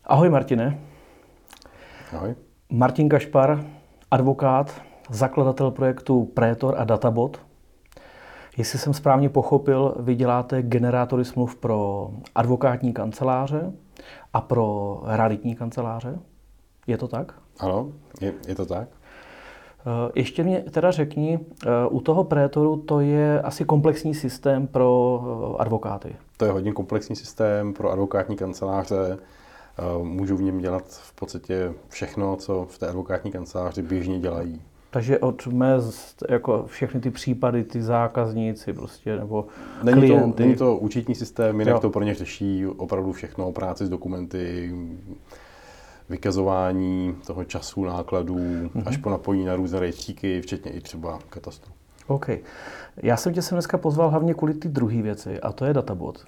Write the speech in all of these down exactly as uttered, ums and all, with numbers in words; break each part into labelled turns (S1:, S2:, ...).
S1: Ahoj Martine.
S2: Ahoj.
S1: Martin Kašpar, advokát, zakladatel projektu Prétor a Databot. Jestli jsem správně pochopil, vy děláte generátory smluv pro advokátní kanceláře a pro realitní kanceláře. Je to tak?
S2: Ano, je, je to tak.
S1: Ještě mě teda řekni, u toho Prétoru to je asi komplexní systém pro advokáty.
S2: To je hodně komplexní systém pro advokátní kanceláře. Můžu v něm dělat v podstatě všechno, co v té advokátní kanceláři běžně dělají.
S1: Takže od mez, jako všechny ty případy, ty zákazníci prostě, nebo
S2: není
S1: klienty.
S2: To, není to účetní systém, jinak
S1: jo.
S2: to pro ně řeší opravdu všechno, práci s dokumenty, vykazování toho času, nákladů, mm-hmm. až po napojení na různé rejstříky, včetně i třeba katastru.
S1: OK. Já jsem tě sem dneska pozval hlavně kvůli ty druhé věci, a to je Databot.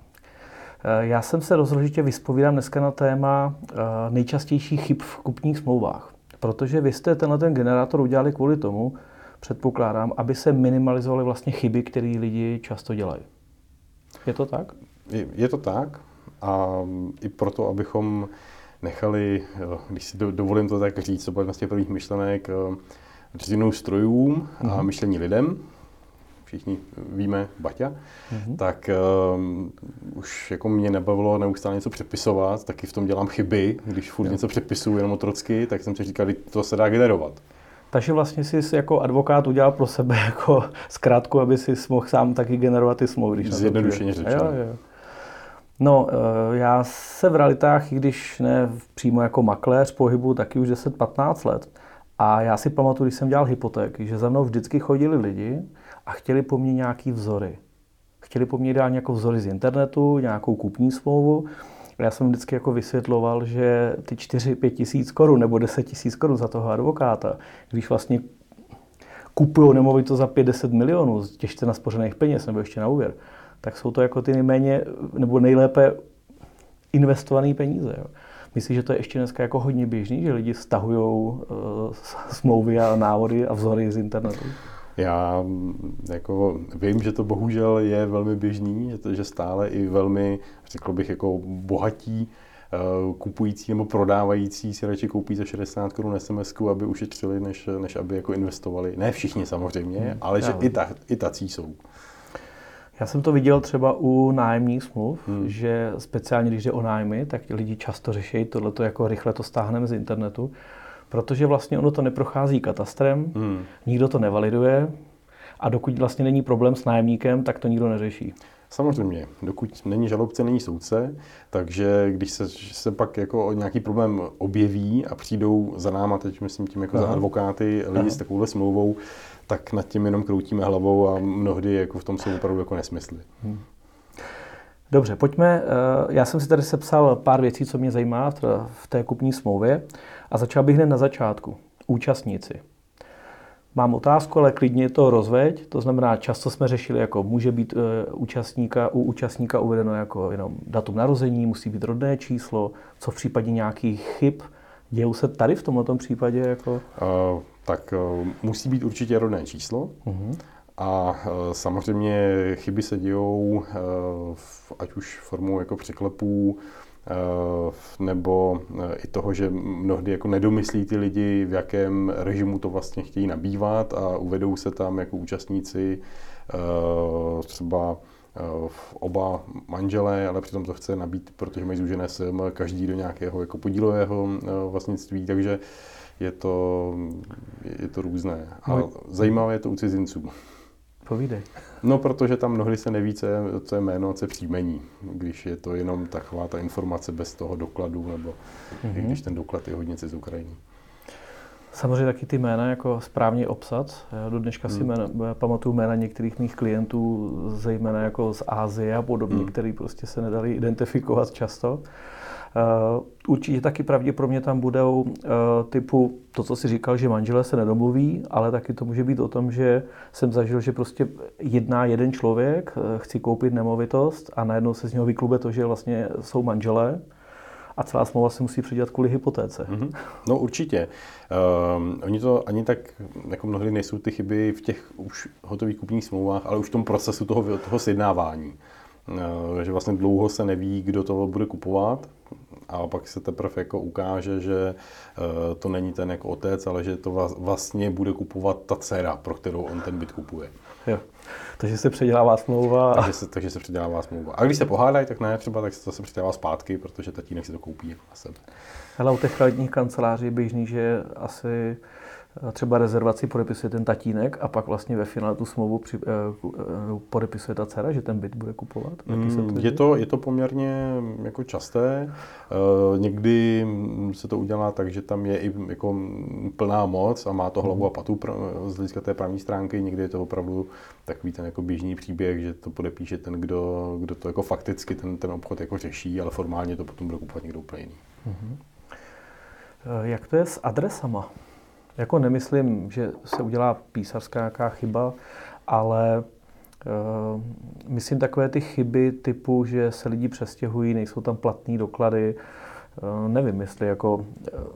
S1: Já jsem se rozhodl, že tě vyspovídám dneska na téma nejčastějších chyb v kupních smlouvách. Protože vy jste tenhle ten generátor udělali kvůli tomu, předpokládám, aby se minimalizovaly vlastně chyby, které lidi často dělají. Je to tak?
S2: Je, je to tak a i proto, abychom nechali, když si dovolím to tak říct, to bude vlastně prvních myšlenek, dřinou strojům a mm-hmm. myšlení lidem, všichni víme Baťa, mm-hmm. tak um, už jako mě nebavilo neustále něco přepisovat, taky v tom dělám chyby, když furt jo. něco přepisuju jenom otrocky, tak jsem si říkal, že to se dá generovat. Takže
S1: vlastně jsi jako advokát udělal pro sebe jako zkrátku, aby si mohl sám taky generovat ty smlouvy.
S2: Zjednodušeně řečeno.
S1: Jo, jo. No, já se v realitách, i když ne přímo jako makléř pohybu, taky už deset patnáct let. A já si pamatuju, když jsem dělal hypotéky, že za mnou vždycky chodili lidi a chtěli po mně nějaký vzory. Chtěli po mně dát nějakou vzory z internetu, nějakou kupní smlouvu. A já jsem vždycky jako vysvětloval, že ty čtyři pět tisíc korun nebo deset tisíc korun za toho advokáta, když vlastně kupují nemovitost za pět deset milionů z těžce naspořených peněz nebo ještě na úvěr, tak jsou to jako ty nejméně nebo nejlépe investované peníze. Jo. Myslím, že to je ještě dneska jako hodně běžný, že lidi stahují uh, smlouvy a návody a vzory z internetu?
S2: Já jako vím, že to bohužel je velmi běžný, že stále i velmi, řekl bych, jako bohatí uh, kupující nebo prodávající si radši koupí za šedesát korun es em esku, aby ušetřili, než, než aby jako investovali. Ne všichni samozřejmě, hmm, ale já. že i, ta, i tací jsou.
S1: Já jsem to viděl třeba u nájemních smluv, hmm. že speciálně když jde o nájmy, tak lidi často řeší tohleto, jako rychle to stáhneme z internetu, protože vlastně ono to neprochází katastrem, hmm. nikdo to nevaliduje a dokud vlastně není problém s nájemníkem, tak to nikdo neřeší.
S2: Samozřejmě, dokud není žalobce, není soudce, takže když se, se pak jako nějaký problém objeví a přijdou za náma, teď myslím tím jako Aha. za advokáty, lidi Aha. s takovouhle smlouvou, tak nad tím jenom kroutíme hlavou a mnohdy jako v tom jsou opravdu jako nesmysly. Hmm.
S1: Dobře, pojďme. Já jsem si tady sepsal pár věcí, co mě zajímá v té kupní smlouvě a začal bych hned na začátku. Účastníci. Mám otázku, ale klidně to rozveď. To znamená, často jsme řešili, jako může být účastníka, u účastníka uvedeno jako jenom datum narození, musí být rodné číslo, co v případě nějakých chyb. Dějou se tady v tomto případě? Jako...
S2: Uh, tak uh, musí být určitě rodné číslo. Uh-huh. A uh, samozřejmě chyby se dějou, uh, v, ať už formou jako překlepů, uh, nebo uh, i toho, že mnohdy jako nedomyslí ty lidi, v jakém režimu to vlastně chtějí nabývat a uvedou se tam jako účastníci uh, třeba v oba manželé, ale přitom to chce nabít, protože mají zúžené S M každý do nějakého jako podílového vlastnictví, takže je to, je to různé. A zajímavé je to u cizinců.
S1: Povídej.
S2: No, protože tam mnohdy se neví, co je, co je jméno a co je příjmení, když je to jenom taková ta informace bez toho dokladu, nebo mm-hmm. i když ten doklad je hodně z Ukrajiny.
S1: Samozřejmě taky ty jména jako správně obsat. Já do dneška hmm. si jména, pamatuju jména některých mých klientů, zejména jako z Asie a podobně, hmm. který prostě se nedali identifikovat často. Uh, určitě taky pravděpodobně tam budou uh, typu to, co si říkal, že manželé se nedomluví, ale taky to může být o tom, že jsem zažil, že prostě jedná jeden člověk, uh, chci koupit nemovitost a najednou se z něho vyklube to, že vlastně jsou manželé. A celá smlouva se musí předělat kvůli hypotéce.
S2: Mm-hmm. No určitě. Um, oni to ani tak jako mnohdy nejsou ty chyby v těch už hotových kupních smlouvách, ale už v tom procesu toho, toho sjednávání. Uh, že vlastně dlouho se neví, kdo to bude kupovat a pak se teprve jako ukáže, že to není ten jako otec, ale že to vlastně bude kupovat ta dcera, pro kterou on ten byt kupuje.
S1: Jo. Takže se předělává smlouva.
S2: Takže se, takže se předělává smlouva. A když se pohádají, tak ne třeba, tak se to se předělává zpátky, protože tatínek si to koupí jako na sebe.
S1: Hele, u těch realitních kanceláří je běžný, že asi třeba rezervaci podepisuje ten tatínek a pak vlastně ve finále tu smlouvu při, eh, podepisuje ta dcera, že ten byt bude kupovat?
S2: Mm, je, to, je to poměrně jako časté. E, někdy se to udělá tak, že tam je i jako plná moc a má to hlavu a patu z hlediska té právní stránky. Někdy je to opravdu takový ten jako běžný příběh, že to podepíše ten, kdo, kdo to jako fakticky ten, ten obchod jako řeší, ale formálně to potom bude kupovat někdo úplně jiný.
S1: Mm-hmm. Jak to je s adresama? Jako nemyslím, že se udělá písařská nějaká chyba, ale uh, myslím takové ty chyby typu, že se lidi přestěhují, nejsou tam platné doklady. Uh, nevím, jestli jako uh,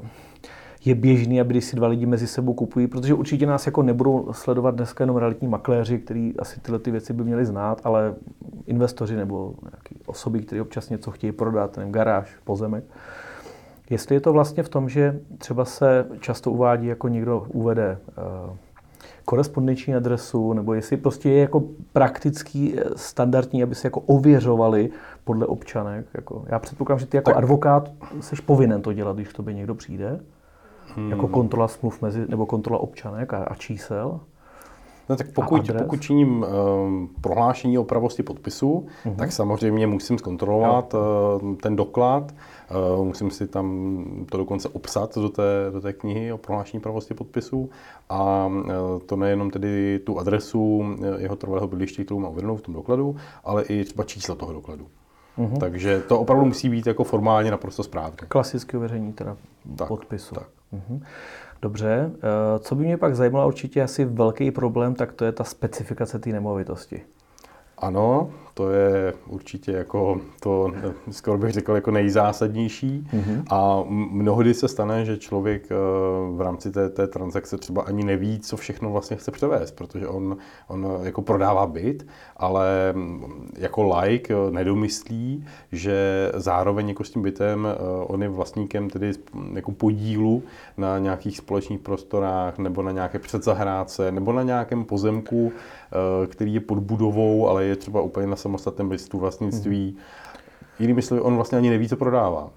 S1: je běžný, aby když si dva lidi mezi sebou kupují, protože určitě nás jako nebudou sledovat dneska jenom realitní makléři, kteří asi tyhle ty věci by měli znát, ale investoři nebo nějaké osoby, které občas něco chtějí prodat, nevím, garáž, pozemek. Jestli je to vlastně v tom, že třeba se často uvádí, jako někdo uvede uh, korespondenční adresu, nebo jestli prostě je jako praktický, standardní, aby se jako ověřovali podle občanek. Jako, já předpokládám, že ty jako tak advokát jsi povinen to dělat, když k tobě někdo přijde. Hmm. Jako kontrola smluv mezi, nebo kontrola občanek a, a čísel.
S2: No tak pokud, pokud činím um, prohlášení o pravosti podpisu, uh-huh. tak samozřejmě musím zkontrolovat uh, ten doklad, uh, musím si tam to dokonce obsat do té, do té knihy o prohlášení pravosti podpisu a uh, to nejenom tedy tu adresu jeho trvalého bydliště, kterou má uvedenou v tom dokladu, ale i třeba číslo toho dokladu. Uh-huh. Takže to opravdu musí být jako formálně naprosto správně.
S1: Klasické ověření teda
S2: tak,
S1: podpisu.
S2: Tak.
S1: Uh-huh. Dobře, co by mě pak zajímalo, určitě asi velký problém, tak to je ta specifikace té nemovitosti.
S2: Ano, to je určitě jako to, skoro bych řekl, jako nejzásadnější. Mm-hmm. A mnohdy se stane, že člověk v rámci té, té transakce třeba ani neví, co všechno vlastně chce převést, protože on, on jako prodává byt, ale jako like nedomyslí, že zároveň jako s tím bytem on je vlastníkem tedy jako podílu na nějakých společných prostorách nebo na nějaké předzahrádce nebo na nějakém pozemku, který je pod budovou, ale je třeba úplně na samostatném listu vlastnictví. Hmm. Jinými slovy, on vlastně ani neví, co prodává.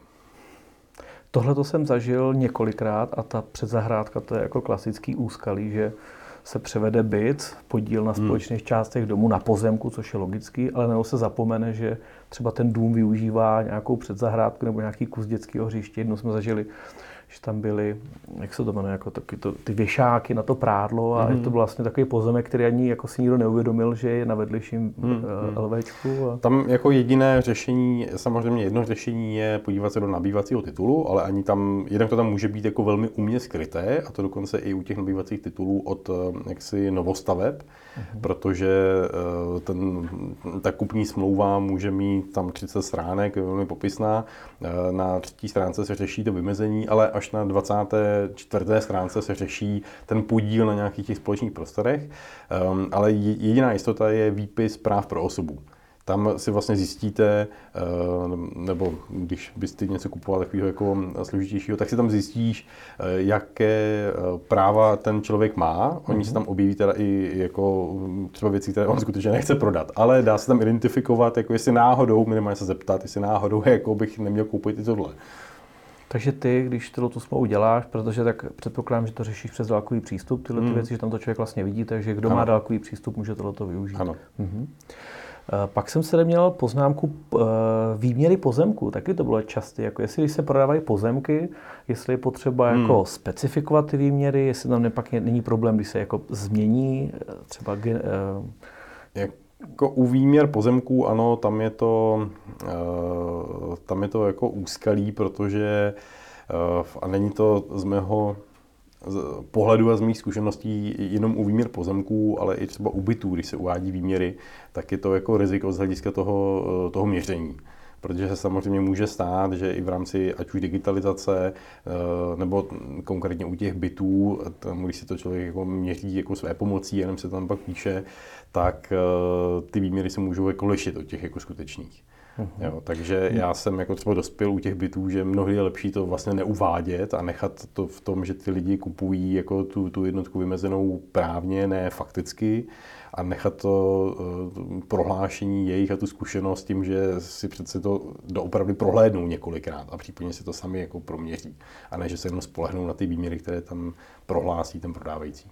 S1: Tohle to jsem zažil několikrát a ta předzahrádka, to je jako klasický úskalí, že se převede byt, podíl na společných hmm. částech domu na pozemku, což je logický, ale nebo se zapomene, že třeba ten dům využívá nějakou předzahrádku nebo nějaký kus dětského hřiště. Jednou jsme zažili, že tam byly, jak se to jmenuje, jako taky to, ty věšáky na to prádlo a mm. je to vlastně takový pozemek, který ani jako si nikdo neuvědomil, že je na vedlejším mm. LVčku. A...
S2: Tam jako jediné řešení, samozřejmě jedno řešení je podívat se do nabývacího titulu, ale ani tam, jednak to tam může být jako velmi umně skryté a to dokonce i u těch nabývacích titulů od jaksi novostaveb, mm. protože ten, ta kupní smlouva může mít tam třicet stránek, velmi popisná, na třetí stránce se řeší to vymezení, ale až na dvacáté čtvrté stránce se řeší ten podíl na nějakých těch společných prostorech, um, ale jediná jistota je výpis práv pro osobu. Tam si vlastně zjistíte, nebo když bys ty něco kupoval takového jako složitějšího, tak si tam zjistíš, jaké práva ten člověk má. Oni se tam objeví teda i jako třeba věci, které on skutečně nechce prodat, ale dá se tam identifikovat, jako jestli náhodou, minimálně se zeptat, jestli náhodou jako bych neměl koupit i tohle.
S1: Takže ty, když tyhle tu smlouvu děláš, protože tak předpokládám, že to řešíš přes dálkový přístup, tyhle ty mm. věci, že tam to člověk vlastně vidí, takže kdo ano. má dálkový přístup, může tohleto využít.
S2: Ano.
S1: Mhm. Pak jsem se měl poznámku výměry pozemku, taky to bylo časté, jako jestli se prodávají pozemky, jestli je potřeba hmm. jako specifikovat ty výměry, jestli tam nepak není problém, když se jako změní třeba...
S2: Jako u výměr pozemků, ano, tam je to, tam je to jako úskalí, protože a není to z mého z pohledu a z mých zkušeností jenom u výměr pozemků, ale i třeba u bytů, když se uvádí výměry, tak je to jako riziko z hlediska toho, toho měření. Protože se samozřejmě může stát, že i v rámci ať už digitalizace, nebo konkrétně u těch bytů, tam, když si to člověk jako měří jako své pomocí, jenom se tam pak píše, tak ty výměry se můžou jako lišit od těch jako skutečných. Uh-huh. Jo, takže já jsem jako třeba dospěl u těch bytů, že mnohdy je lepší to vlastně neuvádět a nechat to v tom, že ty lidi kupují jako tu, tu jednotku vymezenou právně, ne fakticky, a nechat to uh, prohlášení jejich a tu zkušenost tím, že si přece to doopravdy prohlédnou několikrát a případně si to sami jako proměří. A ne, že se jenom spolehnou na ty výměry, které tam prohlásí ten prodávající.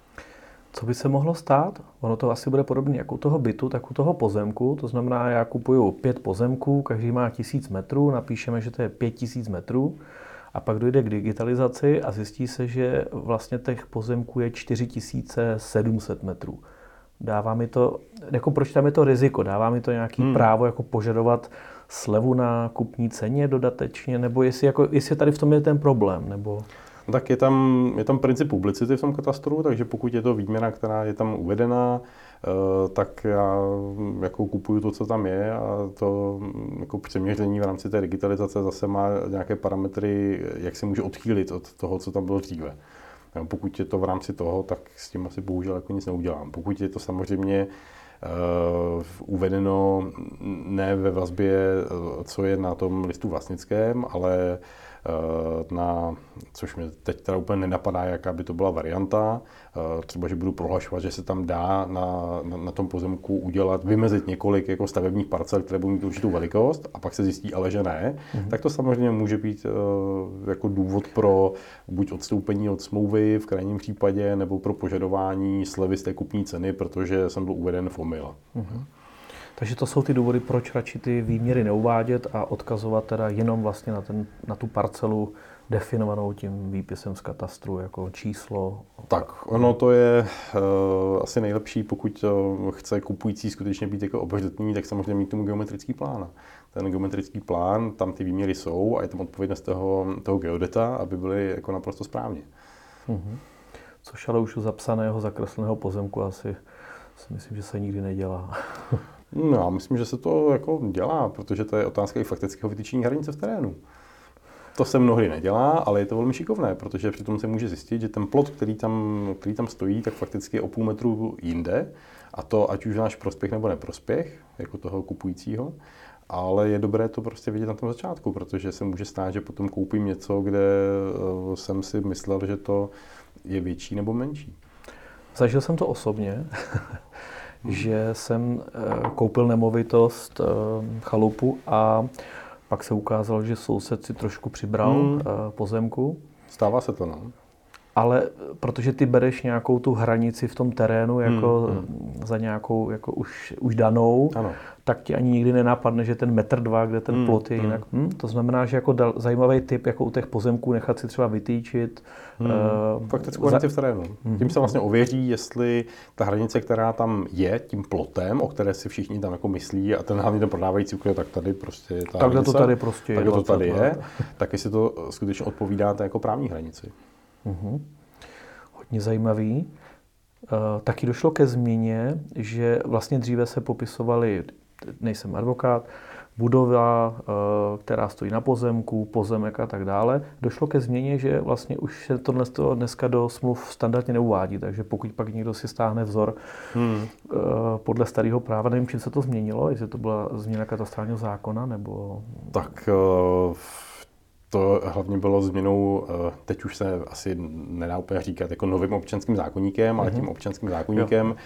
S1: Co by se mohlo stát? Ono to asi bude podobné jako u toho bytu, tak u toho pozemku. To znamená, já kupuju pět pozemků, každý má tisíc metrů, napíšeme, že to je pět tisíc metrů a pak dojde k digitalizaci a zjistí se, že vlastně těch pozemků je čtyři tisíce sedm set metrů. Dává mi to, jako proč tam je to riziko? Dává mi to nějaký hmm. právo jako požadovat slevu na kupní ceně dodatečně? Nebo jestli, jako, jestli tady v tom je ten problém? Nebo...
S2: No tak je tam, je tam princip publicity v tom katastru, takže pokud je to výměna, která je tam uvedená, tak já jako kupuju to, co tam je, a to jako přeměření v rámci té digitalizace zase má nějaké parametry, jak se může odchýlit od toho, co tam bylo dříve. Pokud je to v rámci toho, tak s tím asi bohužel jako nic neudělám. Pokud je to samozřejmě uh, uvedeno ne ve vazbě, co je na tom listu vlastnickém, ale uh, na, což mě teď teda úplně nenapadá, jaká by to byla varianta, uh, třeba, že budu prohlašovat, že se tam dá na, na, na tom pozemku udělat, vymezit několik jako stavebních parcel, které budou mít určitou velikost, a pak se zjistí ale, že ne, mm-hmm. tak to samozřejmě může být uh, jako důvod pro buď odstoupení od smlouvy v krajním případě, nebo pro požadování slevy z té kupní ceny, protože jsem byl uveden v omyl.
S1: Mm-hmm. Takže to jsou ty důvody, proč radši ty výměry neuvádět a odkazovat teda jenom vlastně na, ten, na tu parcelu definovanou tím výpisem z katastru jako číslo.
S2: Tak, ono to je uh, asi nejlepší, pokud uh, chce kupující skutečně být jako obezřetný, tak samozřejmě mít tomu geometrický plán. Ten geometrický plán, tam ty výměry jsou a je tam odpovědnost toho, toho geodeta, aby byly jako naprosto správně.
S1: Mm-hmm. Což ale už u zapsaného zakresleného pozemku asi si myslím, že se nikdy nedělá.
S2: No, já myslím, že se to jako dělá, protože to je otázka i faktického vytyčení hranice v terénu. To se mnohdy nedělá, ale je to velmi šikovné, protože přitom se může zjistit, že ten plot, který tam, který tam stojí, tak fakticky je o půl metru jinde, a to ať už náš prospěch nebo neprospěch, jako toho kupujícího, ale je dobré to prostě vidět na tom začátku, protože se může stát, že potom koupím něco, kde jsem si myslel, že to je větší nebo menší.
S1: Zažil jsem to osobně, že jsem koupil nemovitost, chalupu, a pak se ukázalo, že soused si trošku přibral hmm. pozemku.
S2: Stává se to, no.
S1: Ale protože ty bereš nějakou tu hranici v tom terénu jako hmm. za nějakou jako už, už danou, ano. tak ti ani nikdy nenapadne, že ten metr dva, kde ten hmm. plot je jinak. Hmm. Hmm. To znamená, že jako dal, zajímavý tip jako u těch pozemků nechat si třeba vytýčit.
S2: Hmm. Uh, Faktickou hranici v terénu. Hmm. Tím se vlastně ověří, jestli ta hranice, která tam je, tím plotem, o které si všichni tam jako myslí, a ten hlavně ten prodávající ukryje, tak tady prostě je ta
S1: Takhle
S2: hranice.
S1: to tady prostě
S2: je. to tady je, tak jestli to skutečně odpovídá té jako právní hranici.
S1: Uhum. Hodně zajímavý. E, taky došlo ke změně, že vlastně dříve se popisovaly, nejsem advokát, budova, e, která stojí na pozemku, pozemek a tak dále. Došlo ke změně, že vlastně už se tohle dneska do smluv standardně neuvádí, takže pokud pak někdo si stáhne vzor hmm. e, podle starého práva, nevím, čím se to změnilo, jestli to byla změna katastrálního zákona, nebo...
S2: Tak... Uh... To hlavně bylo změnou, teď už se asi nedá úplně říkat jako novým občanským zákoníkem, ale tím občanským zákoníkem, jo.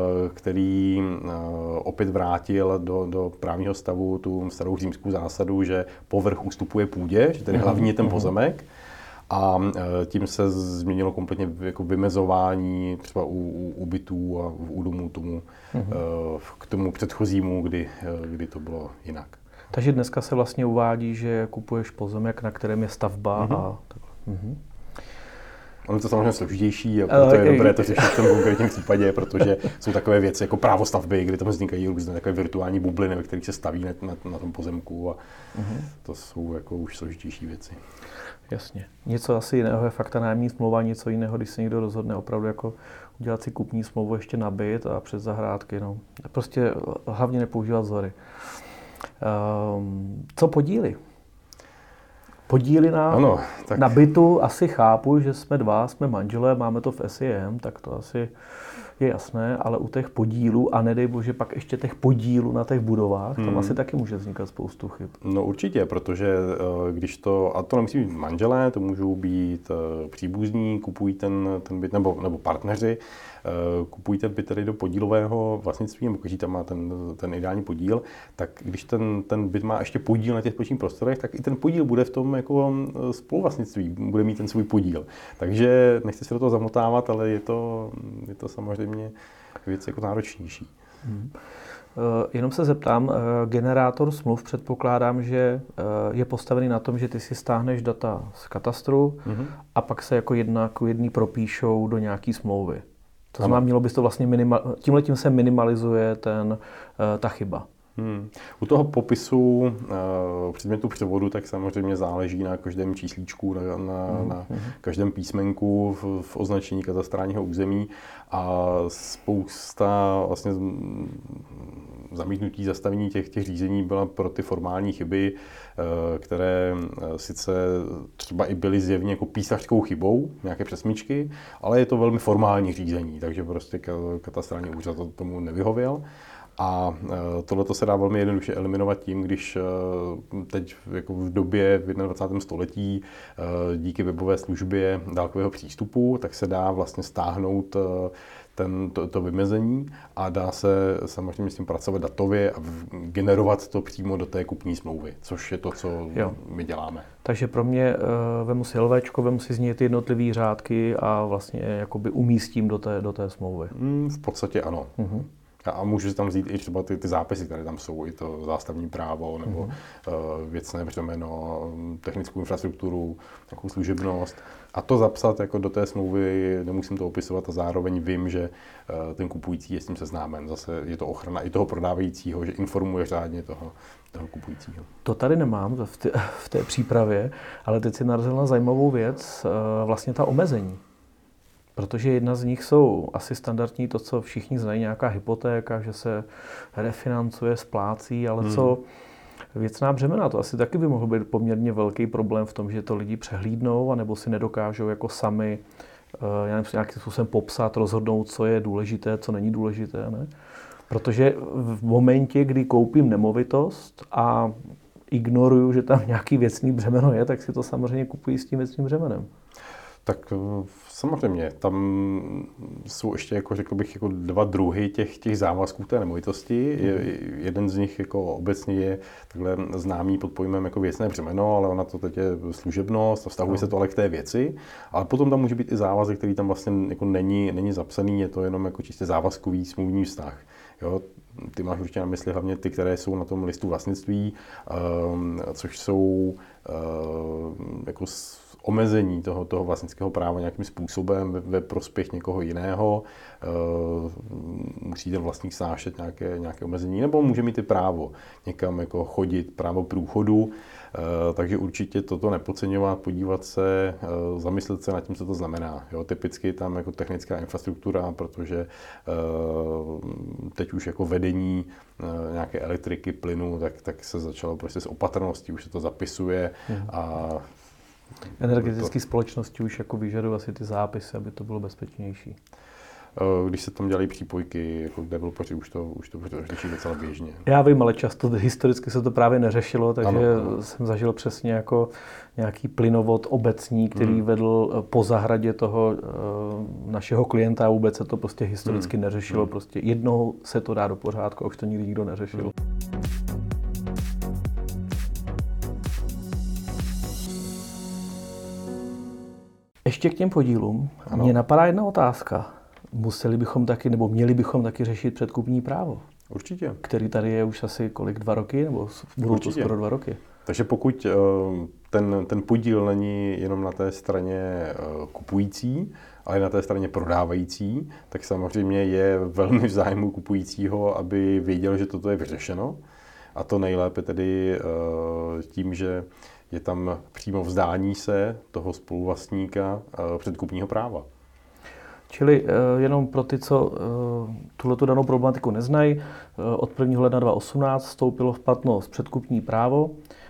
S2: který opět vrátil do, do právního stavu tu starou římskou zásadu, že povrch ustupuje půdě, že tedy hlavní je ten pozemek. A tím se změnilo kompletně jako vymezování třeba u, u, u bytů a u domů tomu, k tomu předchozímu, kdy, kdy to bylo jinak.
S1: Takže dneska se vlastně uvádí, že kupuješ pozemek, na kterém je stavba mm-hmm. a takhle. Mm-hmm.
S2: Ono je to samozřejmě složitější a proto je dobré to řešit v tom konkrétním případě, protože jsou takové věci jako právo stavby, kdy tam vznikají různé takové virtuální bubliny, ve kterých se staví na, na, na tom pozemku, a mm-hmm. to jsou jako už složitější věci.
S1: Jasně. Něco asi jiného je fakta nájemní smlouva, něco jiného, když se někdo rozhodne opravdu jako udělat si kupní smlouvu ještě na byt a přes zahrádky. No. Prostě hlavně nepoužívat vzory. Um, co podíly? Podíly na,
S2: ano, tak...
S1: na bytu asi chápu, že jsme dva, jsme manželé, máme to v S I M, tak to asi je jasné, ale u těch podílů, a nedej bože pak ještě těch podílů na těch budovách, tam hmm. asi taky může vznikat spoustu chyb.
S2: No určitě, protože když to, a to nemusí být manželé, to můžou být příbuzní, kupují ten, ten byt, nebo, nebo partneři, kupují ten byt tedy do podílového vlastnictví, nebo každý tam má ten, ten ideální podíl, tak když ten, ten byt má ještě podíl na těch společných prostorech, tak i ten podíl bude v tom jako spoluvlastnictví, bude mít ten svůj podíl. Takže nechci se do toho zamotávat, ale je to, je to samozřejmě věc jako náročnější. Hmm.
S1: Jenom se zeptám, generátor smluv předpokládám, že je postavený na tom, že ty si stáhneš data z katastru mm-hmm. a pak se jako jedna k jedný propíšou do nějaký smlouvy. To znamená, mělo bys to vlastně minimal, tímhletím se minimalizuje ten, ta chyba.
S2: Hmm. U toho popisu uh, předmětu převodu tak samozřejmě záleží na každém číslíčku, na, na, hmm. na každém písmenku v, v označení katastrálního území a spousta vlastně zamítnutí zastavení těch, těch řízení byla pro ty formální chyby, uh, které uh, sice třeba i byly zjevně jako písařskou chybou, nějaké přesmičky, ale je to velmi formální řízení, takže prostě katastrální úřad tomu nevyhověl. A tohle se dá velmi jednoduše eliminovat tím, když teď jako v době v dvacátém prvním století díky webové službě dálkového přístupu, tak se dá vlastně stáhnout ten, to, to vymezení a dá se samozřejmě s tím pracovat datově a generovat to přímo do té kupní smlouvy, což je to, co jo. my děláme.
S1: Takže pro mě vemu si LVčko, vemu si z něj ty jednotlivé řádky a vlastně jakoby umístím do té, do té smlouvy.
S2: Mm, v podstatě ano. Uh-huh. A můžu si tam vzít i třeba ty, ty zápisy, které tam jsou, i to zástavní právo, nebo mm-hmm. uh, věcné břemeno, technickou infrastrukturu, nějakou služebnost. A to zapsat jako do té smlouvy, nemusím to opisovat a zároveň vím, že uh, ten kupující je s tím seznámen. Zase je to ochrana i toho prodávajícího, že informuje řádně toho, toho kupujícího.
S1: To tady nemám v té, v té přípravě, ale teď si narazil na zajímavou věc, uh, vlastně ta omezení. Protože jedna z nich jsou asi standardní, to, co všichni znají, nějaká hypotéka, že se refinancuje, splácí, ale hmm. co věcná břemena, to asi taky by mohl být poměrně velký problém v tom, že to lidi přehlídnou, anebo si nedokážou jako sami já nevím, nějakým způsobem popsat, rozhodnout, co je důležité, co není důležité. Ne? Protože v momentě, kdy koupím nemovitost a ignoruju, že tam nějaký věcný břemeno je, tak si to samozřejmě kupuji s tím věcným břemenem.
S2: Tak samozřejmě, tam jsou ještě, jako řekl bych, jako dva druhy těch, těch závazků té nemovitosti. Je, jeden z nich jako obecně je takhle známý pod pojmem jako věcné břemeno, ale ona to teď je služebnost, vztahuje no. se to ale k té věci. Ale potom tam může být i závazek, který tam vlastně jako není, není zapsaný, je to jenom jako čistě závazkový smluvní vztah. Jo, ty máš určitě na mysli hlavně ty, které jsou na tom listu vlastnictví, um, což jsou um, jako omezení toho, toho vlastnického práva nějakým způsobem ve, ve prospěch někoho jiného. Uh, musí ten vlastník snášet nějaké, nějaké omezení, nebo může mít i právo někam jako chodit, právo průchodu. Uh, takže určitě toto nepodceňovat, podívat se, uh, zamyslet se nad tím, co to znamená. Jo, typicky tam jako technická infrastruktura, protože uh, teď už jako vedení uh, nějaké elektriky, plynu, tak, tak se začalo prostě s opatrností, už se to zapisuje
S1: mhm.
S2: a
S1: energetické společnosti už jako vyžadují asi ty zápisy, aby to bylo bezpečnější.
S2: Když se tam dělají přípojky, jako developeři už to, už to řeší docela běžně.
S1: Já vím, ale často historicky se to právě neřešilo, takže ano, ano. jsem zažil přesně jako nějaký plynovod obecní, který hmm. vedl po zahradě toho uh, našeho klienta a vůbec se to prostě historicky hmm. neřešilo. Hmm. Prostě jednou se to dá do pořádku a už to nikdy nikdo neřešil. Hmm. Ještě k těm podílům. Ano. Mně napadá jedna otázka. Museli bychom taky, nebo měli bychom taky řešit předkupní právo?
S2: Určitě.
S1: Který tady je už asi kolik, dva roky, nebo budou to skoro dva roky?
S2: Takže pokud ten, ten podíl není jenom na té straně kupující, ale na té straně prodávající, tak samozřejmě je velmi v zájmu kupujícího, aby věděl, že toto je vyřešeno. A to nejlépe tedy tím, že je tam přímo vzdání se toho spoluvlastníka předkupního práva.
S1: Čili jenom pro ty, co tuhletu danou problematiku neznají, od prvního ledna dva tisíce osmnáct vstoupilo v platnost předkupní právo,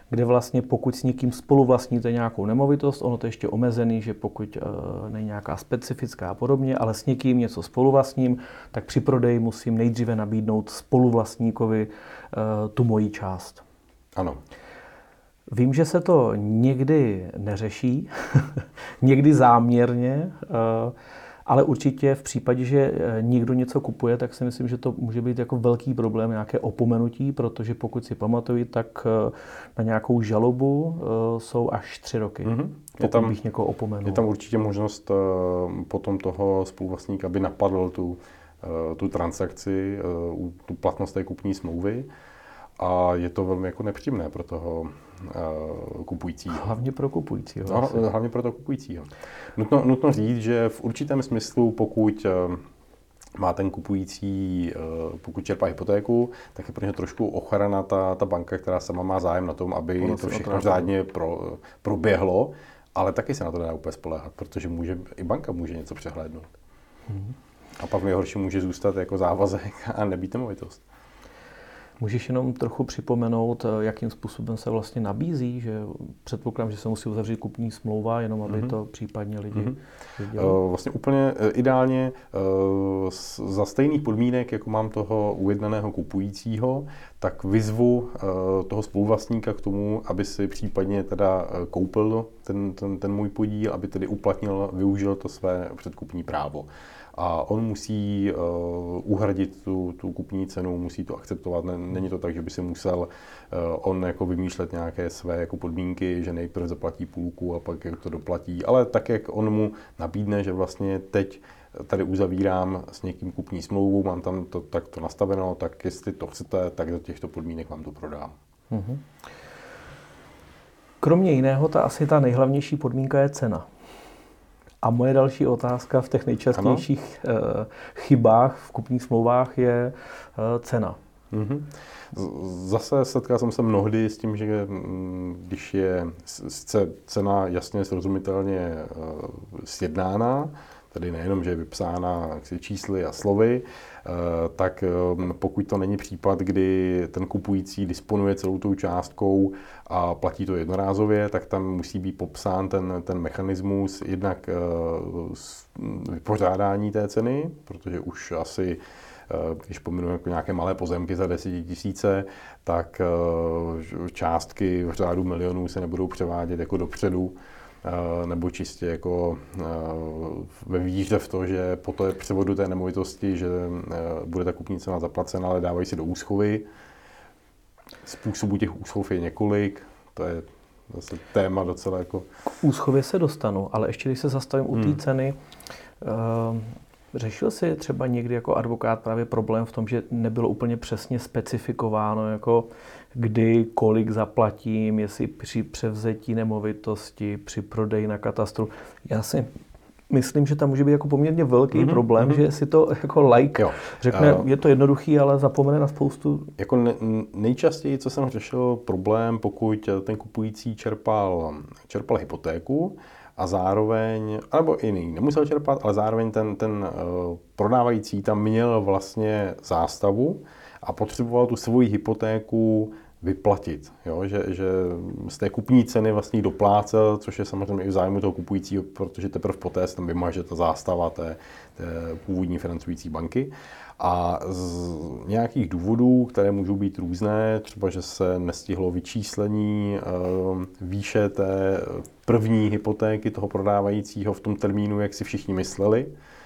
S1: kde vlastně pokud s někým spoluvlastníte nějakou nemovitost, ono to je ještě omezený, že pokud e, není nějaká specifická a podobně, ale s někým něco spoluvlastním, tak při prodeji musím nejdříve nabídnout spoluvlastníkovi e, tu moji část.
S2: Ano.
S1: Vím, že se to někdy neřeší, někdy záměrně, ale určitě v případě, že někdo něco kupuje, tak si myslím, že to může být jako velký problém, nějaké opomenutí, protože pokud si pamatuju, tak na nějakou žalobu jsou až tři roky, mm-hmm. pokud je tam, bych někoho opomenul.
S2: Je tam určitě možnost potom toho spoluvlastníka, aby napadl tu, tu transakci, tu platnost té kupní smlouvy. A je to velmi jako nepříjemné pro toho uh, kupujícího.
S1: Hlavně pro kupujícího.
S2: No, hlavně pro toho kupujícího. Nutno, nutno říct, že v určitém smyslu, pokud uh, má ten kupující, uh, pokud čerpá hypotéku, tak je pro ně trošku ochrana ta, ta banka, která sama má zájem na tom, aby ono to všechno řádně pro, proběhlo, ale taky se na to nedá úplně spoléhat, protože může, i banka může něco přehlédnout. Hmm. A pak v nejhorším může zůstat jako závazek a nebýt nemovitost.
S1: Můžeš jenom trochu připomenout, jakým způsobem se vlastně nabízí, že předpokládám, že se musí uzavřít kupní smlouva, jenom aby mm-hmm. to případně lidi
S2: mm-hmm. viděli? Vlastně úplně ideálně za stejných podmínek, jako mám toho ujednaného kupujícího, tak vyzvu toho spoluvlastníka k tomu, aby si případně teda koupil ten, ten, ten můj podíl, aby tedy uplatnil, využil to své předkupní právo. A on musí uh, uhradit tu, tu kupní cenu, musí to akceptovat. Není to tak, že by si musel uh, on jako vymýšlet nějaké své jako podmínky, že nejprve zaplatí půlku a pak jak to doplatí. Ale tak, jak on mu nabídne, že vlastně teď tady uzavírám s někým kupní smlouvu, mám tam to takto nastaveno, tak jestli to chcete, tak do těchto podmínek vám to prodám.
S1: Mm-hmm. Kromě jiného, ta asi ta nejhlavnější podmínka je cena. A moje další otázka v těch nejčastějších ano? chybách v kupních smlouvách je cena.
S2: Mm-hmm. Zase setkal jsem se mnohdy s tím, že když je sice cena jasně srozumitelně sjednána, tedy nejenom, že je vypsána čísly a slovy, tak pokud to není případ, kdy ten kupující disponuje celou tou částkou a platí to jednorázově, tak tam musí být popsán ten, ten mechanismus jednak vypořádání té ceny, protože už asi, když pominu jako nějaké malé pozemky za desetitisíce, tak částky v řádu milionů se nebudou převádět jako dopředu, nebo čistě jako ve víře v to, že po té převodu té nemovitosti, že bude ta kupní cena zaplacena, ale dávají se do úschovy. Způsobů těch úschov je několik, to je zase téma docela jako...
S1: K úschově se dostanu, ale ještě když se zastavím u té hmm. ceny, uh, řešil jsi třeba někdy jako advokát právě problém v tom, že nebylo úplně přesně specifikováno, jako kdy, kolik zaplatím, jestli při převzetí nemovitosti, při prodeji na katastru. Já si myslím, že tam může být jako poměrně velký mm-hmm, problém, mm-hmm. že si to jako like jo. řekne, uh, je to jednoduchý, ale zapomene na spoustu.
S2: Jako ne, nejčastěji, co jsem řešil problém, pokud ten kupující čerpal, čerpal hypotéku, a zároveň, alebo i jiný, nemusel čerpat, ale zároveň ten, ten uh, prodávající tam měl vlastně zástavu a potřeboval tu svoji hypotéku vyplatit. Jo? Že, že z té kupní ceny vlastně doplácel, což je samozřejmě i v zájmu toho kupujícího, protože teprve poté se tam vymaže ta zástava té, té původní financující banky. A z nějakých důvodů, které můžou být různé, třeba že se nestihlo vyčíslení e, výše té první hypotéky toho prodávajícího v tom termínu, jak si všichni mysleli.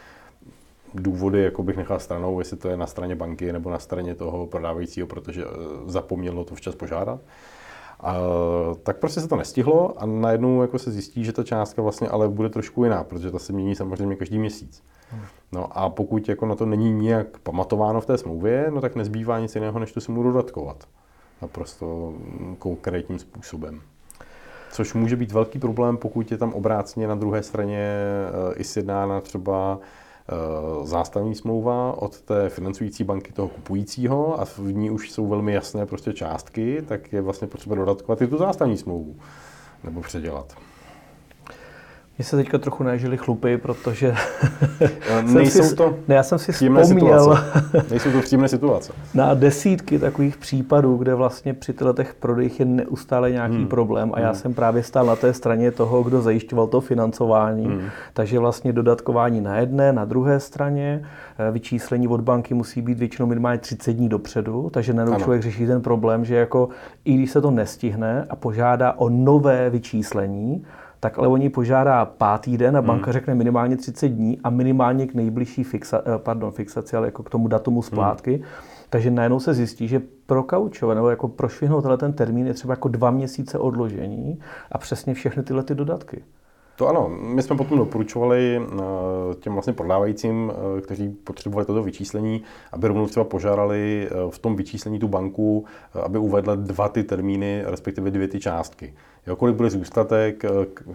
S2: Důvody jako bych nechal stranou, jestli to je na straně banky nebo na straně toho prodávajícího, protože zapomnělo to včas požádat. A, tak prostě se to nestihlo a najednou jako se zjistí, že ta částka vlastně ale bude trošku jiná, protože ta se mění samozřejmě každý měsíc. No a pokud jako na to není nijak pamatováno v té smlouvě, no tak nezbývá nic jiného, než to si mu dodatkovat. Naprosto konkrétním způsobem. Což může být velký problém, pokud je tam obráceně na druhé straně e, i sjednána třeba e, zástavní smlouva od té financující banky toho kupujícího a v ní už jsou velmi jasné prostě částky, tak je vlastně potřeba dodatkovat i tu zástavní smlouvu nebo předělat.
S1: Mně se teďka trochu naježily chlupy, protože
S2: nejsou
S1: si,
S2: to
S1: ne, já jsem si
S2: příjemné
S1: vzpomněl
S2: Nejsou to příjemné situace.
S1: na desítky takových případů, kde vlastně při těch prodejích je neustále nějaký hmm. problém a já hmm. jsem právě stál na té straně toho, kdo zajišťoval to financování. Hmm. Takže vlastně dodatkování na jedné, na druhé straně, vyčíslení od banky musí být většinou minimálně třicet dní dopředu, takže najednou člověk řeší ten problém, že jako i když se to nestihne a požádá o nové vyčíslení, tak ale oni požádá pátý den a banka hmm. řekne minimálně třicet dní a minimálně k nejbližší fixa, pardon, fixaci, ale jako k tomu datumu splátky. Hmm. Takže najednou se zjistí, že prokaučovat nebo jako prošvihnout ten termín je třeba jako dva měsíce odložení a přesně všechny tyhle ty dodatky.
S2: To ano, my jsme potom doporučovali těm vlastně prodávajícím, kteří potřebovali toto vyčíslení, aby rovnou třeba požádali v tom vyčíslení tu banku, aby uvedla dva ty termíny, respektive dvě ty částky. Jo, kolik bude zůstatek,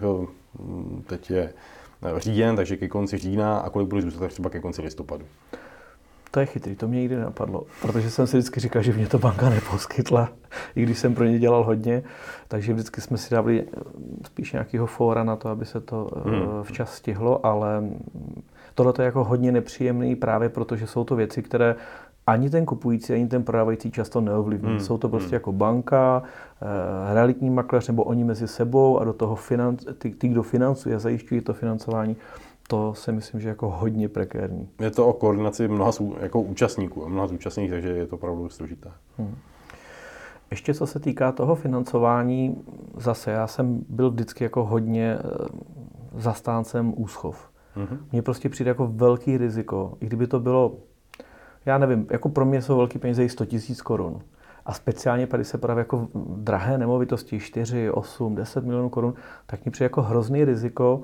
S2: teď je říjen, takže ke konci října, a kolik bude zůstatek třeba ke konci listopadu.
S1: To je chytrý, to mě nikdy nenapadlo, protože jsem si vždycky říkal, že mě to banka neposkytla, i když jsem pro ně dělal hodně, takže vždycky jsme si dávali spíš nějakého fóra na to, aby se to hmm. včas stihlo, ale tohle je jako hodně nepříjemný právě protože jsou to věci, které ani ten kupující, ani ten prodávající často neovlivní. Hmm. Jsou to prostě hmm. jako banka, realitní makléř nebo oni mezi sebou a do toho financ, ty, ty, kdo financuje, zajišťují to financování. To si myslím, že je jako hodně prekérní.
S2: Je to o koordinaci mnoha jako účastníků, mnoha účastníků, takže je to opravdu složité. Hmm.
S1: Ještě co se týká toho financování, zase já jsem byl vždycky jako hodně zastáncem úschov. Hmm. Mně prostě přijde jako velký riziko, i kdyby to bylo, já nevím, jako pro mě jsou velký peníze i sto tisíc korun. A speciálně, když se právě jako drahé nemovitosti, čtyři, osm, deset milionů korun, tak mi přijde jako hrozný riziko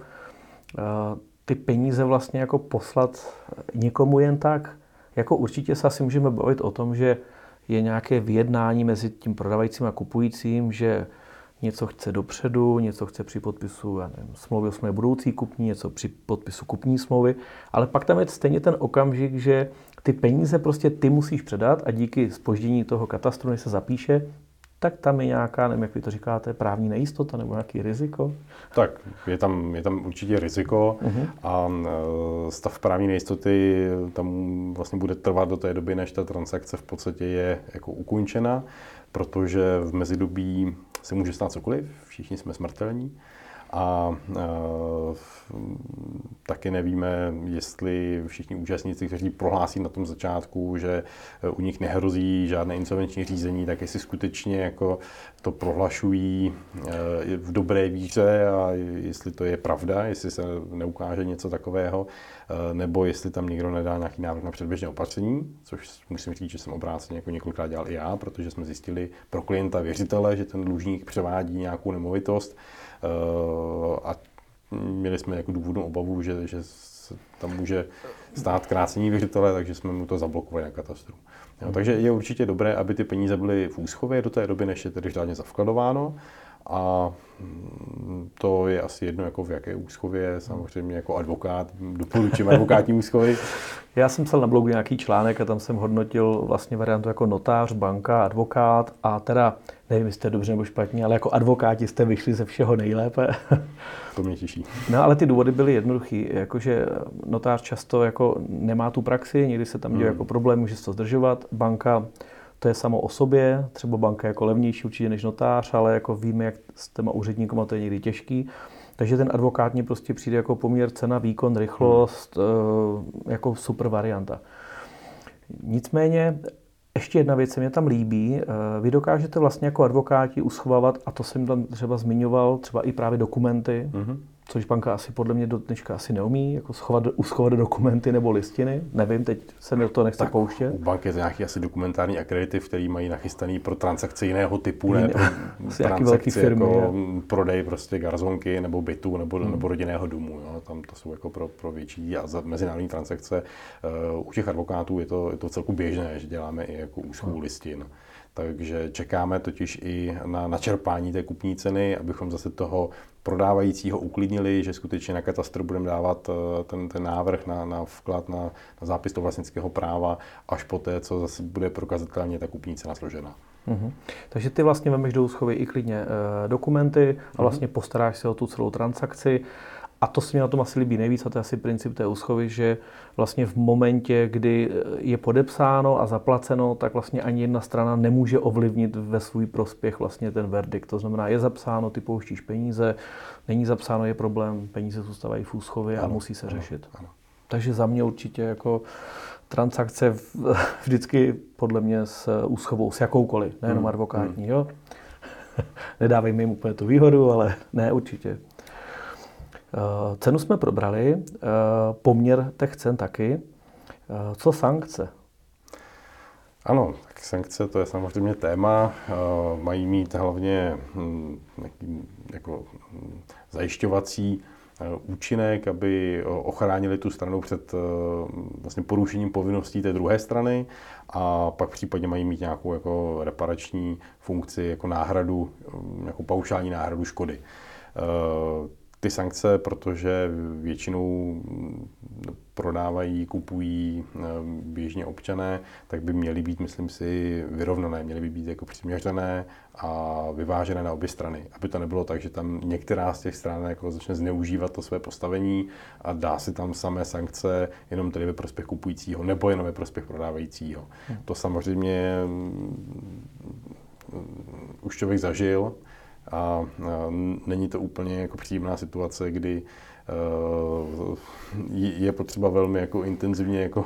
S1: ty peníze vlastně jako poslat někomu jen tak. Jako určitě se asi můžeme bavit o tom, že je nějaké vyjednání mezi tím prodavajícím a kupujícím, že něco chce dopředu, něco chce při podpisu já nevím, smlouvy o smlouvě budoucí kupní, něco při podpisu kupní smlouvy, ale pak tam je stejně ten okamžik, že ty peníze prostě ty musíš předat a díky zpoždění toho katastru, než se zapíše, tak tam je nějaká, nevím, jak vy to říkáte, právní nejistota nebo nějaký riziko?
S2: Tak, je tam, je tam určitě riziko uh-huh. a stav právní nejistoty tam vlastně bude trvat do té doby, než ta transakce v podstatě je jako ukončena, protože v mezidobí se může stát cokoliv, všichni jsme smrtelní. A e, taky nevíme, jestli všichni účastníci, kteří prohlásí na tom začátku, že u nich nehrozí žádné insolvenční řízení, tak jestli skutečně jako to prohlašují e, v dobré víře a jestli to je pravda, jestli se neukáže něco takového, e, nebo jestli tam někdo nedá nějaký návrh na předběžné opatření, což musím říct, že jsem obráceně jako několikrát dělal i já, protože jsme zjistili pro klienta věřitele, že ten dlužník převádí nějakou nemovitost, a měli jsme jako důvodnou obavu, že, že tam může stát krácení věřitele, takže jsme mu to zablokovali na katastru. Jo, takže je určitě dobré, aby ty peníze byly v úschově do té doby, než je tedy řádně zavkladováno. A to je asi jedno, jako v jaké úschově, samozřejmě jako advokát, doporučím advokátní úschovy.
S1: Já jsem psal na blogu nějaký článek a tam jsem hodnotil vlastně variantu jako notář, banka, advokát a teda, nevím, jestli to je dobře nebo špatně, ale jako advokáti jste vyšli ze všeho nejlépe.
S2: To mě těší.
S1: No ale ty důvody byly jednoduchý, jakože notář často jako nemá tu praxi, někdy se tam děje hmm. jako problém, může se to zdržovat, banka to je samo o sobě, třeba banka je jako levnější určitě než notář, ale jako víme, jak s těma úředníkama to je někdy těžký. Takže ten advokát mně prostě přijde jako poměr cena, výkon, rychlost, hmm. jako super varianta. Nicméně, ještě jedna věc se mě tam líbí, vy dokážete vlastně jako advokáti uschovávat, a to jsem tam třeba zmiňoval, třeba i právě dokumenty, hmm. což banka asi podle mě do dneška asi neumí, jako schovat, uschovat dokumenty nebo listiny. Nevím, teď se do toho nechce tak pouštět.
S2: U banky je to nějaký asi dokumentární akreditiv, který mají nachystaný pro transakce jiného typu, ne pro transakci firmy, jako je. Prodej prostě garzonky nebo bytu nebo, hmm. nebo rodinného domu. Jo. Tam to jsou jako pro, pro větší a za mezinárodní transakce. Uh, u těch advokátů je to, je to celku běžné, že děláme i jako úschovu hmm. listin. Takže čekáme totiž i na načerpání té kupní ceny, abychom zase toho prodávajícího uklidnili, že skutečně na katastru budeme dávat ten, ten návrh na, na vklad, na, na zápis toho vlastnického práva, až poté, co zase bude prokazatelně ta kupní cena složena.
S1: Mm-hmm. Takže ty vlastně vemeš do úschovy i klidně e, dokumenty a vlastně mm-hmm. postaráš se o tu celou transakci A to se mi na tom asi líbí nejvíc, a to je asi princip té úschovy, že vlastně v momentě, kdy je podepsáno a zaplaceno, tak vlastně ani jedna strana nemůže ovlivnit ve svůj prospěch vlastně ten verdikt. To znamená, je zapsáno, ty pouštíš peníze, není zapsáno, je problém, peníze zůstávají v úschově a musí se řešit. Ano, ano. Takže za mě určitě jako transakce vždycky podle mě s úschovou, s jakoukoliv, nejenom hmm. advokátní, jo. Nedávejme jim úplně tu výhodu, ale ne, určitě. Cenu jsme probrali, poměr těch cen taky. Co sankce?
S2: Ano, tak sankce to je samozřejmě téma. Mají mít hlavně jako zajišťovací účinek, aby ochránili tu stranu před vlastně porušením povinností té druhé strany a pak případně mají mít nějakou jako reparační funkci, jako náhradu, nějakou paušální náhradu škody. Ty sankce, protože většinou prodávají, kupují běžně občané, tak by měly být, myslím si, vyrovnané, měly by být jako přiměřené a vyvážené na obě strany. Aby to nebylo tak, že tam některá z těch stran jako začne zneužívat to své postavení a dá si tam samé sankce jenom tedy ve prospěch kupujícího nebo jenom ve prospěch prodávajícího. Hmm. To samozřejmě už člověk zažil. A není to úplně jako příjemná situace, kdy je potřeba velmi jako intenzivně jako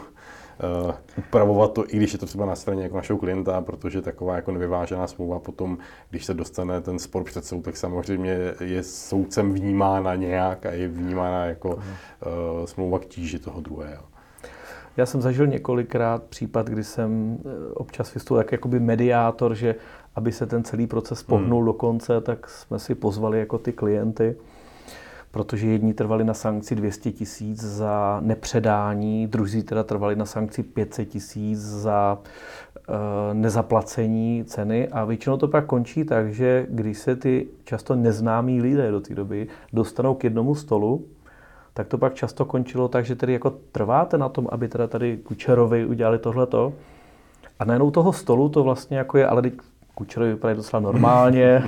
S2: upravovat to, i když je to třeba na straně jako našeho klienta, protože taková jako nevyvážená smlouva potom, když se dostane ten spor před soud, tak samozřejmě je soudcem vnímána nějak a je vnímána jako uh, smlouva k tíži toho druhého.
S1: Já jsem zažil několikrát případ, kdy jsem občas vystupoval jak jakoby mediátor, že aby se ten celý proces pohnul hmm. do konce, tak jsme si pozvali jako ty klienty, protože jedni trvali na sankci dvě stě tisíc za nepředání, druzí teda trvali na sankci pět set tisíc za uh, nezaplacení ceny a většinou to pak končí tak, že když se ty často neznámí lidé do té doby dostanou k jednomu stolu, tak to pak často končilo tak, že tedy jako trváte na tom, aby teda tady Kučerovi udělali tohleto a najednou toho stolu to vlastně jako je, ale teď Kučerovi vypadá docela normálně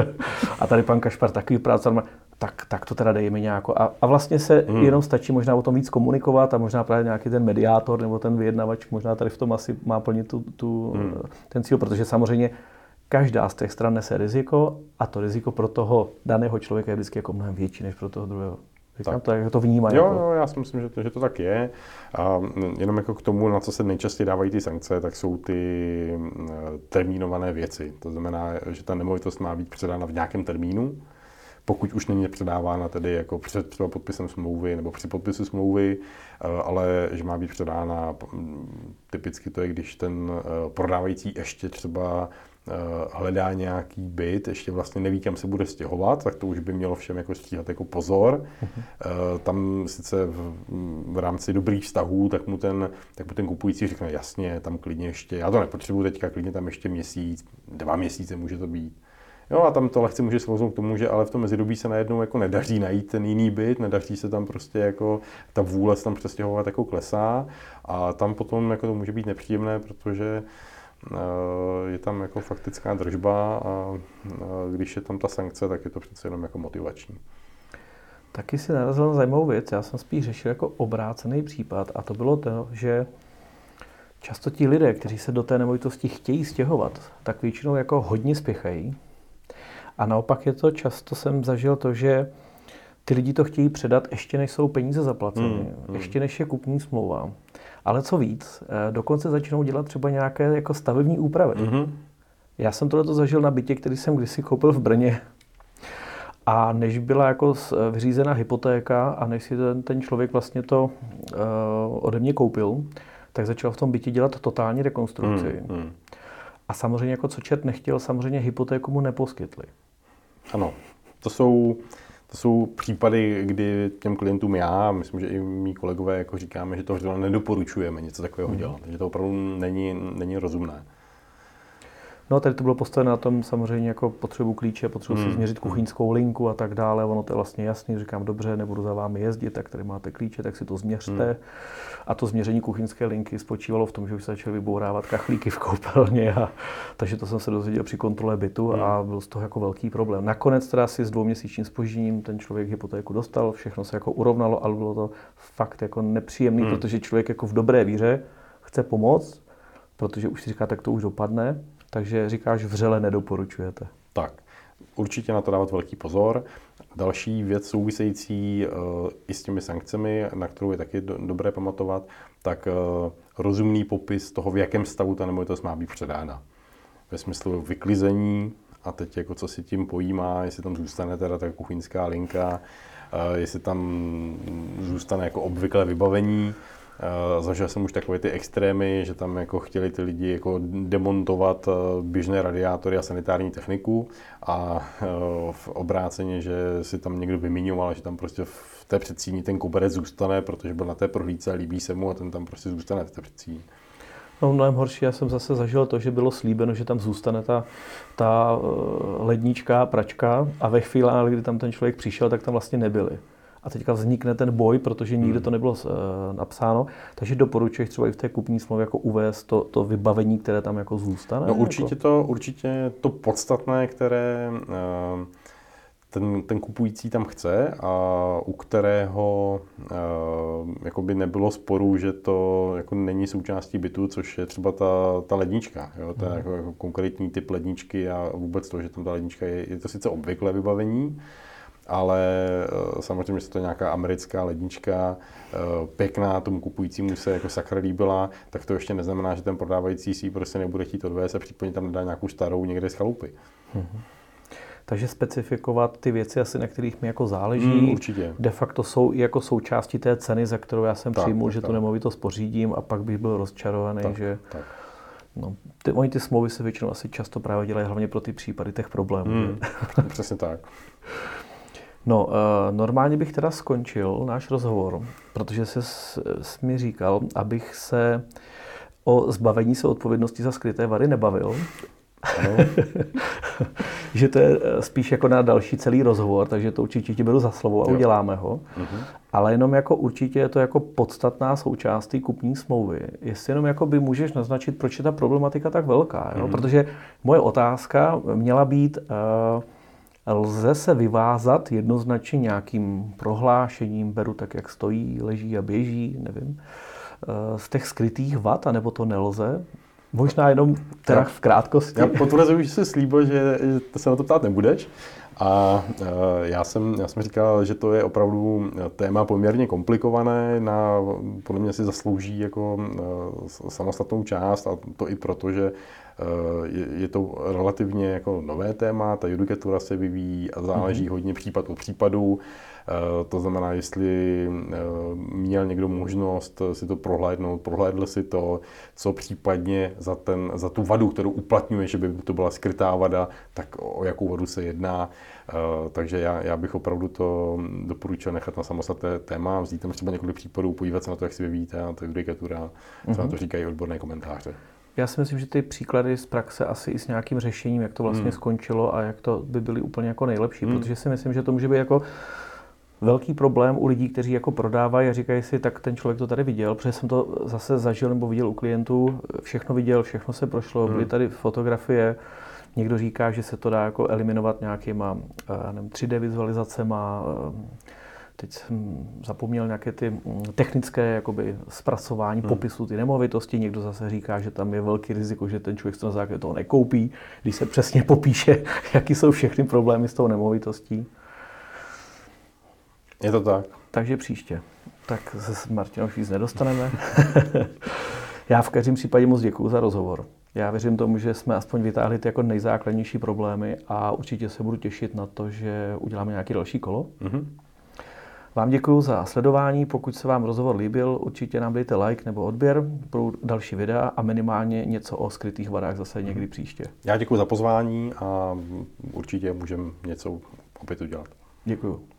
S1: a tady pan Kašpar taky vypadá normálně, tak, tak to teda dejme nějako. A, a vlastně se hmm. jenom stačí možná o tom víc komunikovat a možná právě nějaký ten mediátor nebo ten vyjednavač možná tady v tom asi má plnit tu, tu, hmm. ten cíl, protože samozřejmě každá z těch stran nese riziko a to riziko pro toho daného člověka je vždycky jako mnohem větší než pro toho druhého. Říkám to, jak to vnímají.
S2: Jo,
S1: jako.
S2: jo, já si myslím, že to, že to tak je. A jenom jako k tomu, na co se nejčastěji dávají ty sankce, tak jsou ty termínované věci. To znamená, že ta nemovitost má být předána v nějakém termínu, pokud už není předávána tedy jako před třeba podpisem smlouvy nebo při podpisu smlouvy, ale že má být předána, typicky to je, když ten prodávající ještě třeba hledá nějaký byt, ještě vlastně neví, kam se bude stěhovat, tak to už by mělo všem jako stříhat jako pozor. Uh-huh. Tam sice v, v rámci dobrých vztahů, tak mu ten, tak mu ten kupující řekne, jasně, tam klidně ještě, já to nepotřebuji teďka, klidně tam ještě měsíc, dva měsíce může to být. Jo, a tam to lehce může sklouznout k tomu, že ale v tom mezidobí se najednou jako nedaří najít ten jiný byt, nedaří se tam prostě jako ta vůle se tam přestěhovat jako klesá a tam potom jako to může být nepříjemné, protože je tam jako faktická držba a když je tam ta sankce, tak je to přece jenom jako motivační.
S1: Taky si narazil na zajímavou věc. Já jsem spíš řešil jako obrácený případ a to bylo to, že často ti lidé, kteří se do té nemovitosti chtějí stěhovat, tak většinou jako hodně spěchají. A naopak je to, často jsem zažil to, že ty lidi to chtějí předat ještě než jsou peníze zaplaceny, hmm, hmm. ještě než je kupní smlouva. Ale co víc, dokonce začnou dělat třeba nějaké jako stavební úpravy. Mm-hmm. Já jsem tohleto zažil na bytě, který jsem kdysi koupil v Brně. A než byla jako vyřízena hypotéka a než si ten, ten člověk vlastně to uh, ode mě koupil, tak začal v tom bytě dělat totální rekonstrukci. Mm-hmm. A samozřejmě jako co čert nechtěl, samozřejmě hypotéku mu neposkytli.
S2: Ano, to jsou... To jsou případy, kdy těm klientům já, myslím, že i mý kolegové jako říkáme, že to vždycky nedoporučujeme něco takového dělat, že to opravdu není, není rozumné.
S1: No, tady to bylo postaveno na tom samozřejmě jako potřebu klíče, potřebu hmm. si změřit kuchyňskou linku a tak dále. Ono to je vlastně jasný, říkám, dobře, nebudu za vámi jezdit, tak tady máte klíče, tak si to změřte. Hmm. A to změření kuchyňské linky spočívalo v tom, že už se začaly vybourávat kachlíky v koupelně. A, takže to jsem se dozvěděl při kontrole bytu hmm. a byl z toho jako velký problém. Nakonec teda si s dvouměsíčním zpožděním ten člověk hypotéku dostal, všechno se jako urovnalo, ale bylo to fakt jako nepříjemný, hmm. protože člověk jako v dobré víře chce pomoct, protože už si říká, tak to už dopadne. Takže říkáš, vřele nedoporučujete.
S2: Tak, určitě na to dávat velký pozor. Další věc související uh, i s těmi sankcemi, na kterou je taky do, dobré pamatovat, tak uh, rozumný popis toho, v jakém stavu ta nemovitost má být předána. Ve smyslu vyklizení a teď jako co si tím pojímá, jestli tam zůstane teda ta kuchyňská linka, uh, jestli tam zůstane jako obvyklé vybavení. Uh, zažil jsem už takové ty extrémy, že tam jako chtěli ty lidi jako demontovat uh, běžné radiátory a sanitární techniku a uh, v obráceně, že si tam někdo vymiňoval, že tam prostě v té předsíni ten koberec zůstane, protože byl na té prohlídce a líbí se mu a ten tam prostě zůstane v té předsíni.
S1: No, mnohem horší, já jsem zase zažil to, že bylo slíbeno, že tam zůstane ta, ta lednička, pračka a ve chvíli, kdy tam ten člověk přišel, tak tam vlastně nebyly. A teďka vznikne ten boj, protože nikde to nebylo uh, napsáno. Takže doporučuješ třeba i v té kupní smlouvě jako uvést to, to vybavení, které tam jako zůstane?
S2: No určitě
S1: jako?
S2: to, určitě to podstatné, které uh, ten, ten kupující tam chce a u kterého uh, jakoby nebylo sporu, že to jako není součástí bytu, což je třeba ta, ta lednička. Jo? To je jako, jako konkrétní typ ledničky a vůbec to, že tam ta lednička je, je to sice obvyklé vybavení, ale samozřejmě, že to je nějaká americká lednička, pěkná, tomu kupujícímu se jako sakra líbila, tak to ještě neznamená, že ten prodávající si ji prostě nebude chtít odvést a případně tam dá nějakou starou někde z chalupy.
S1: Mm-hmm. Takže specifikovat ty věci, asi na kterých mi jako záleží,
S2: mm, určitě.
S1: De facto jsou i jako součástí té ceny, za kterou já jsem
S2: tak,
S1: přijmul,
S2: tak,
S1: že
S2: tak.
S1: tu nemovitost pořídím a pak bych byl rozčarovaný,
S2: tak,
S1: že...
S2: Tak.
S1: No, ty, oni ty smlouvy se většinou asi často právě dělají hlavně pro ty případy těch problémů.
S2: Mm, přesně tak.
S1: No, uh, normálně bych teda skončil náš rozhovor, protože jsi, jsi mi říkal, abych se o zbavení se odpovědnosti za skryté vady nebavil.
S2: Ano.
S1: Že to je spíš jako na další celý rozhovor, takže to určitě ti beru za slovo a jo. uděláme ho. Uh-huh. Ale jenom jako určitě je to jako podstatná součást té kupní smlouvy. Jestli jenom jako by můžeš naznačit, proč je ta problematika tak velká. Jo? Uh-huh. Protože moje otázka měla být... Uh, Lze se vyvázat jednoznačně nějakým prohlášením, beru tak, jak stojí, leží a běží, nevím, z těch skrytých vad, anebo to nelze? Možná jenom teda v krátkosti.
S2: Já potvrzuji, že jsi slíbil, že, že se na to ptát nebudeš. A uh, já, jsem, já jsem říkal, že to je opravdu téma poměrně komplikované, na, podle mě si zaslouží jako uh, samostatnou část a to i proto, že uh, je, je to relativně jako nové téma, ta judikatura se vyvíjí a záleží mm-hmm. hodně případ od případu. Uh, to znamená, jestli uh, měl někdo možnost si to prohlédnout, prohlédl si to, co případně za, ten, za tu vadu, kterou uplatňuje, že by to byla skrytá vada, tak o jakou vadu se jedná. Uh, takže já, já bych opravdu to doporučil nechat na samostatné téma, vzít tam třeba několik případů, podívat se na to, jak si vyvíjí ta judikatura, mm-hmm. co na to říkají odborné komentáře.
S1: Já si myslím, že ty příklady z praxe asi i s nějakým řešením, jak to vlastně hmm. skončilo a jak to by byly úplně jako nejlepší, hmm. protože si myslím, že to může být jako velký problém u lidí, kteří jako prodávají a říkají si, tak ten člověk to tady viděl, protože jsem to zase zažil nebo viděl u klientů, všechno viděl, všechno se prošlo, byly tady fotografie, někdo říká, že se to dá jako eliminovat nějakýma nevím, tři dé vizualizacema, teď jsem zapomněl nějaké ty technické jakoby zpracování hmm. popisu ty nemovitosti, někdo zase říká, že tam je velký riziko, že ten člověk se na základě toho nekoupí, když se přesně popíše, jaký jsou všechny problémy s tou nemovitostí.
S2: Je to tak.
S1: Takže příště. Tak se s Martinem už víc nedostaneme. Já v každém případě moc děkuju za rozhovor. Já věřím tomu, že jsme aspoň vytáhli ty jako nejzákladnější problémy a určitě se budu těšit na to, že uděláme nějaký další kolo. Mm-hmm. Vám děkuju za sledování. Pokud se vám rozhovor líbil, určitě nám dejte like nebo odběr pro další videa a minimálně něco o skrytých vadách zase někdy příště.
S2: Já děkuji za pozvání a určitě můžeme něco opět udělat.
S1: Děkuju.